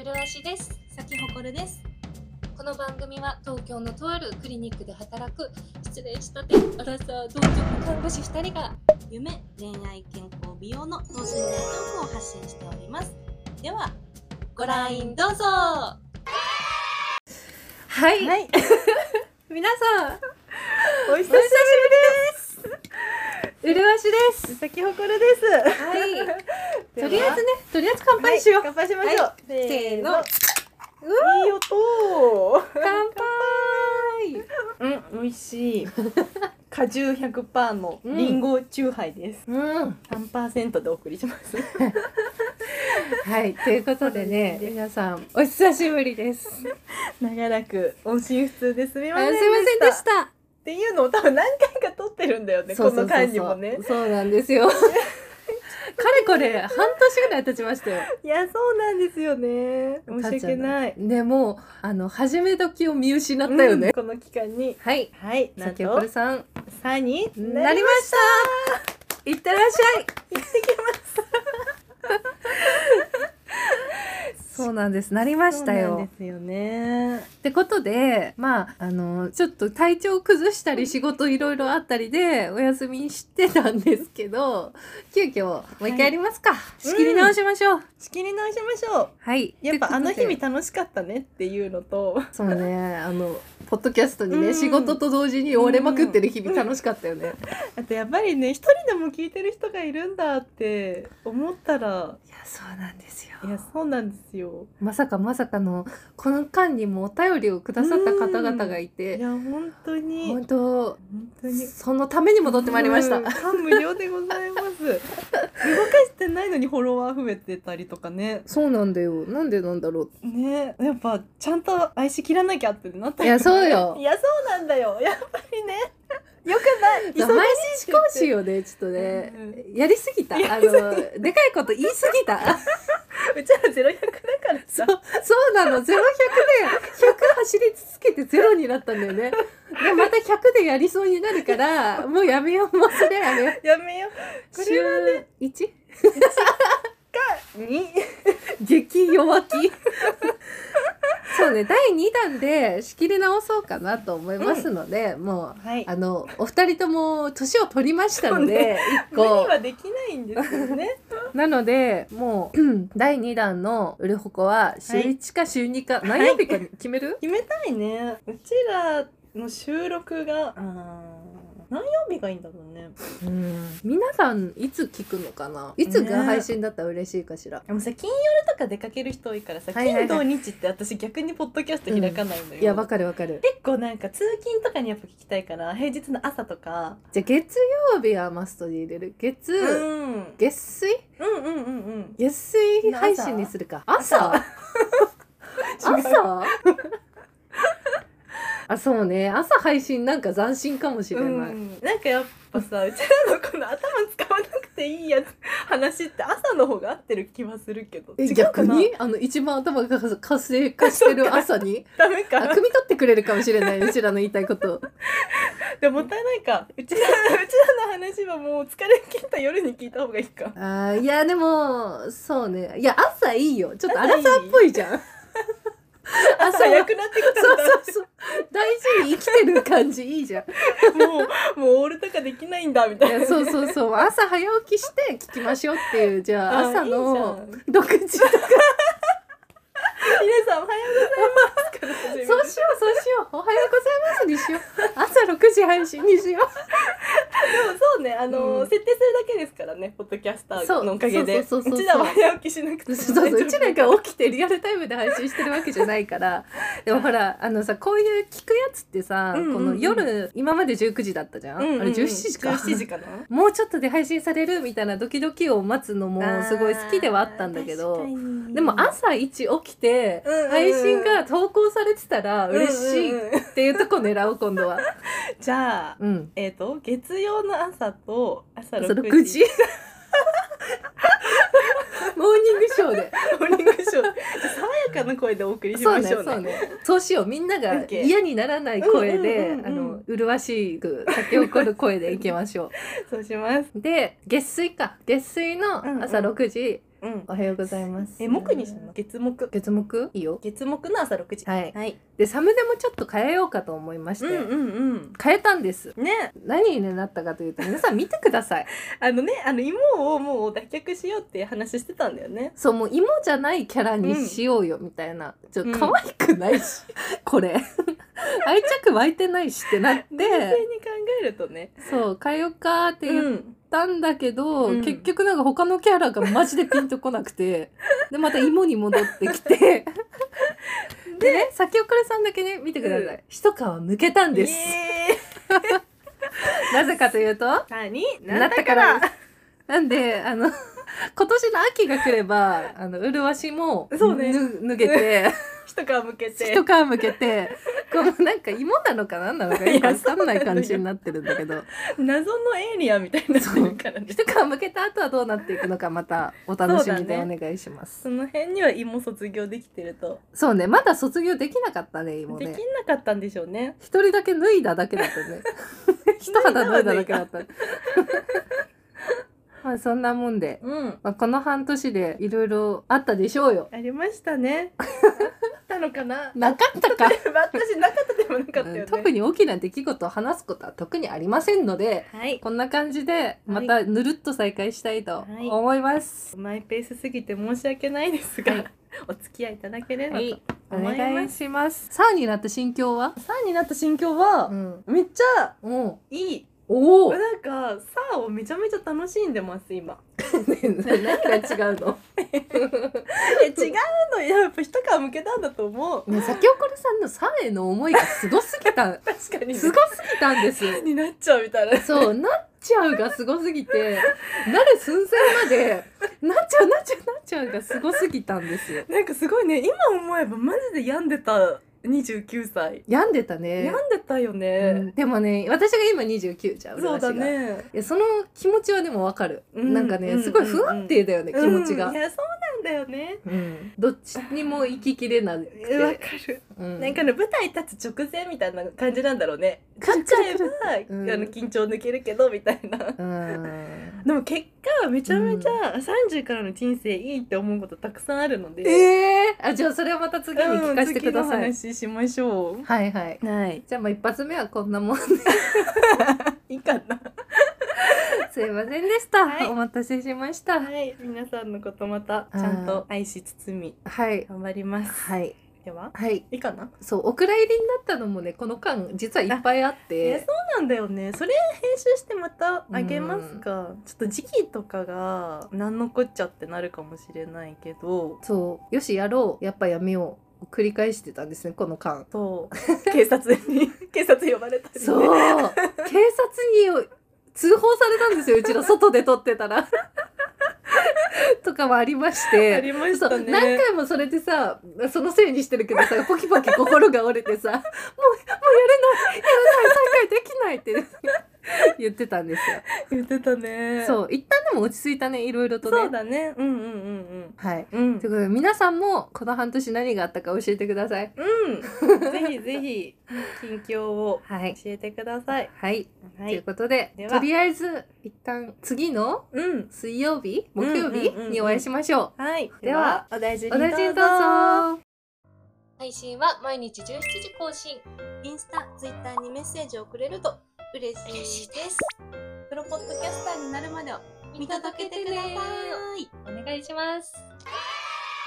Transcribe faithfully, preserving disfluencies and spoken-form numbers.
うるわしです。 咲ほこるです。 この番組は東京のとあるクリニックで働く失礼したてアラサー同居看護師ふたりが夢、恋愛、健康、美容の等身大トークを発信しております。ではご覧どうぞ。 はい、はい、皆さんお久しぶりです。 うるわしです。 咲ほこるです。 はい。とりあえずね、とりあえず乾杯しよう。 はい、乾杯しましょう。はい、 せーの。 いい音。 乾杯。うん、美味しい。果汁 ひゃくパーセント のリンゴチューハイです。 うん。 さんパーセント でお送りします。 はい、ということでね、皆さんお久しぶりです。 長らく音信不通ですみませんでした。 すいませんでした。 っていうのを多分何回か撮ってるんだよね。この間にもね。 そうなんですよ。かれこれ半年ぐらい経ちましたよ。 いや、そうなんですよね。申し訳ない。 ね、もうあの始め時を見失ったよね。うん、 この期間に。 はい。 はい。 咲ほこるさん、 さんになりました。いってらっしゃい。 行ってきます。 そうなんです。なりましたよ。 そうなんですよね。 ってことで、まああのちょっと体調を崩したり仕事いろいろあったりでお休みしてたんですけど、急遽もう一回やりますか。はい、仕切り直しましょう。うん、 仕切り直しましょう。 はい。 やっぱあの日々楽しかったねっていうのと、 そうね、あのポッドキャストにね、うん、仕事と同時に追われまくってる日々楽しかったよね。 あとやっぱりね、一人でも聞いてる人がいるんだって思ったら、いや、そうなんですよ。 いや、そうなんですよ。 まさかまさかのこの間にもお便りをくださった方々がいて、 いや本当に本当本当にそのために戻ってまいりました。 感無量でございます。動かしてないのにフォロワー増えてたりとかね。 そうなんだよ。なんでなんだろう。 ね、やっぱちゃんと愛し切らなきゃってなったりとか、ね。 いやそうよ。 いやそうなんだよ。やっぱりね。よくない。 毎日講師をねちょっとね、うん、やりすぎた。あのでかいこと言いすぎた。 うちらゼロひゃくだからさ。 そうそうなの。ゼロひゃくでひゃく走り続けてゼロになったんだよね。でまたひゃくでやりそうになるからもうやめよう。もうそれやめよう。 やめよう。これはね、 いち？ いちかに激弱気。そうね、だいにだんで仕切り直そうかなと思いますので、うん、もう、はい、あのお二人とも年を取りましたので、ね、 一個無理はできないんですよね。 なのでもうだいにだんのうるほこは週いちか週にか、はい、何曜日か決める？ はい、決めたいね。うちらの収録が何曜日がいいんだろうね。 うん、皆さんいつ聞くのかな。いつが配信だったら嬉しいかしら。 ね、でもさ、金曜とか出かける人多いからさ、はいはいはい、金土日って私逆にポッドキャスト開かないのよ。うん、 いやわかるわかる。 結構なんか通勤とかにやっぱ聞きたいから平日の朝とか。 じゃあ月曜日はマストで入れる。月、うん、月水？ うんうんうんうん。 月水配信にするか。朝？朝？朝あ、そうね、朝配信なんか斬新かもしれない、うん、 なんかやっぱさ、うちらのこの頭使わなくていいやつ話って朝の方が合ってる気はするけど。 え、逆にあの一番頭が活性化してる朝にダメか。 汲み取ってくれるかもしれない。うちらの言いたいことでももったいないか。うちらうちらの話はもう疲れ切った夜に聞いた方がいいか。 あ、いやでもそうね、いや朝いいよ。ちょっとアラサーっぽいじゃん。 朝早くなってきたんだ。 そうそうそう、大事に生きてる感じいいじゃん。 もうもうオールとかできないんだみたいな。 いやそうそうそう、朝早起きして聞きましょうっていう。じゃあ朝のろくじとか皆さんおはようございます。 そうしようそうしよう。おはようございますにしよう。朝ろくじ配信にしよう。 でもそうね、あのーうん、設定するだけですからね、ポッドキャスターのおかげで。うちらは早起きしなくてもそうそうそう、うちらが起きてリアルタイムで配信してるわけじゃないから。でもほらあのさ、こういう聞くやつってさ、うんうんうん、この夜今までじゅうくじだったじゃん、うんうんうん、あれじゅうしちじか。 じゅうしちじかな。 もうちょっとで配信されるみたいなドキドキを待つのもすごい好きではあったんだけど、でも朝一起きて配信が投稿されてたら嬉しいっていうとこ狙おう今度は。 じゃあ、うん、えっと月曜の朝と朝ろくじ。 ろくじモーニングショーでモーニングショー爽やかな声でお送りしましょうね。 そうね、そうね、そうしよう。みんなが嫌にならない声で、あの麗しく咲き誇る声でいきましょう。 そうします。 で月水か、月水の朝ろくじ、 うん。 おはようございます。 え、木にするの？月木。 月木いいよ。 月木の朝ろくじ。 はい。 はい。 で、サムネもちょっと変えようかと思いまして。うんうんうん。変えたんです。ね。何になったかというと、皆さん見てください。 あのね、あの芋をもう脱却しようって話してたんだよね。 そう、もう芋じゃないキャラにしようよ、みたいな。ちょっと可愛くないし、これ。愛着湧いてないしってなって。 冷静に考えるとね。 そう、変えようかって言ったんだけど、うん、結局なんか他のキャラがマジでピンとこなくて、で、また芋に戻ってきて、でね、先送りさんだけね、見てください。うん、一皮むけたんです。なぜかというと、 何なったから。なんで、あの、今年の秋が来れば、あの、麗しも、 そうね、 脱げて、 一皮むけて。 一皮むけて、こうなんか芋なのか何なのかよくわかんない感じになってるんだけど。 謎のエイリアンみたいになってるからね。 一皮むけた後はどうなっていくのかまたお楽しみでお願いします。 そ,、ね、その辺には芋卒業できてると。 そうね、まだ卒業できなかったね、芋ね。 できなかったんでしょうね。 一人だけ脱いだだけだったね。一肌脱いだだけだった。まあそんなもんで、うんまあ、この半年でいろいろあったでしょうよ。 ありましたね。あったのかな。 なかったか。 私なかったでもなかったよね、うん。 特に大きな出来事を話すことは特にありませんので、はい、こんな感じでまたぬるっと再開したいと思います。 はい、マイペースすぎて申し訳ないですが、はい、お付き合いいただければと思います。 はい、お願いします。さんになった心境は？ さんになった心境は、うん、めっちゃいい。 おお、 なんかさをめちゃめちゃ楽しんでます今。 何が違うの？ え違うの、やっぱ一皮むけたんだと思う。 ね、先送りさんのさへの思いがすごすぎた。 確かに、ね、 すごすぎたんですよ。 になっちゃうみたいな。 そうなっちゃうがすごすぎて、なる寸前までなっちゃうなっちゃうなっちゃうがすごすぎたんですよ。 なんかすごいね、今思えばマジで病んでた。にじゅうきゅうさい病んでたね。 病んでたよね、 うん、でもね、私が今にじゅうきゅうじゃん。 そうだね。 いや、その気持ちはでもわかる、うん、なんかね、すごい不安定だよね、うん、気持ちが、 うん、いやそうなんだよね、 うん、どっちにも行ききれなくてわかる、うん、なんかね、舞台立つ直前みたいな感じなんだろうね。勝っちゃえば、うん、あの緊張抜けるけどみたいな、うん、でも結果めちゃめちゃさんじゅうからの人生いいって思うことたくさんあるので、 えー、あ、じゃあそれをまた次に聞かせてください、 うん、次の話しましょう。 はいはい、はい、じゃあまあ一発目はこんなもんでいいかな。 すいませんでした、 はい、 お待たせしました。 はい、皆さんのことまたちゃんと愛し包み、はい、頑張ります。 はい、 では、 はい、 いいかな。 そう、お蔵入りになったのもね、この間実はいっぱいあって。 え、そうなんだよね。それ編集してまたあげますか。ちょっと時期とかが何のこっちゃってなるかもしれないけど、 そう、よしやろう、やっぱやめよう繰り返してたんですね、この間。 そう警察に警察呼ばれたり、ね、 そう警察に通報されたんですよ、うちの外で撮ってたらとかもありましてありましたね。 何回もそれでさ、そのせいにしてるけどさ、ポキポキ心が折れてさもうもうやれないやれない再開できないって言ってたんですよ。 言ってたね。 そう、一旦でも落ち着いたね、いろいろとね。 そうだね。うんうんうんうん。 はい。うん、ということで皆さんもこの半年何があったか教えてください。 うん。ぜひぜひ近況を教えてください。 はい。はい、ということで、とりあえず一旦次の水曜日、うん、木曜日にお会いしましょう。 はい。 ではお大事にどうぞ。お大事にどうぞ。 配信は毎日じゅうしちじ更新。 インスタ、ツイッターにメッセージをくれると嬉しいです。プロポッドキャスターになるまでを見届けてください。 お願いします。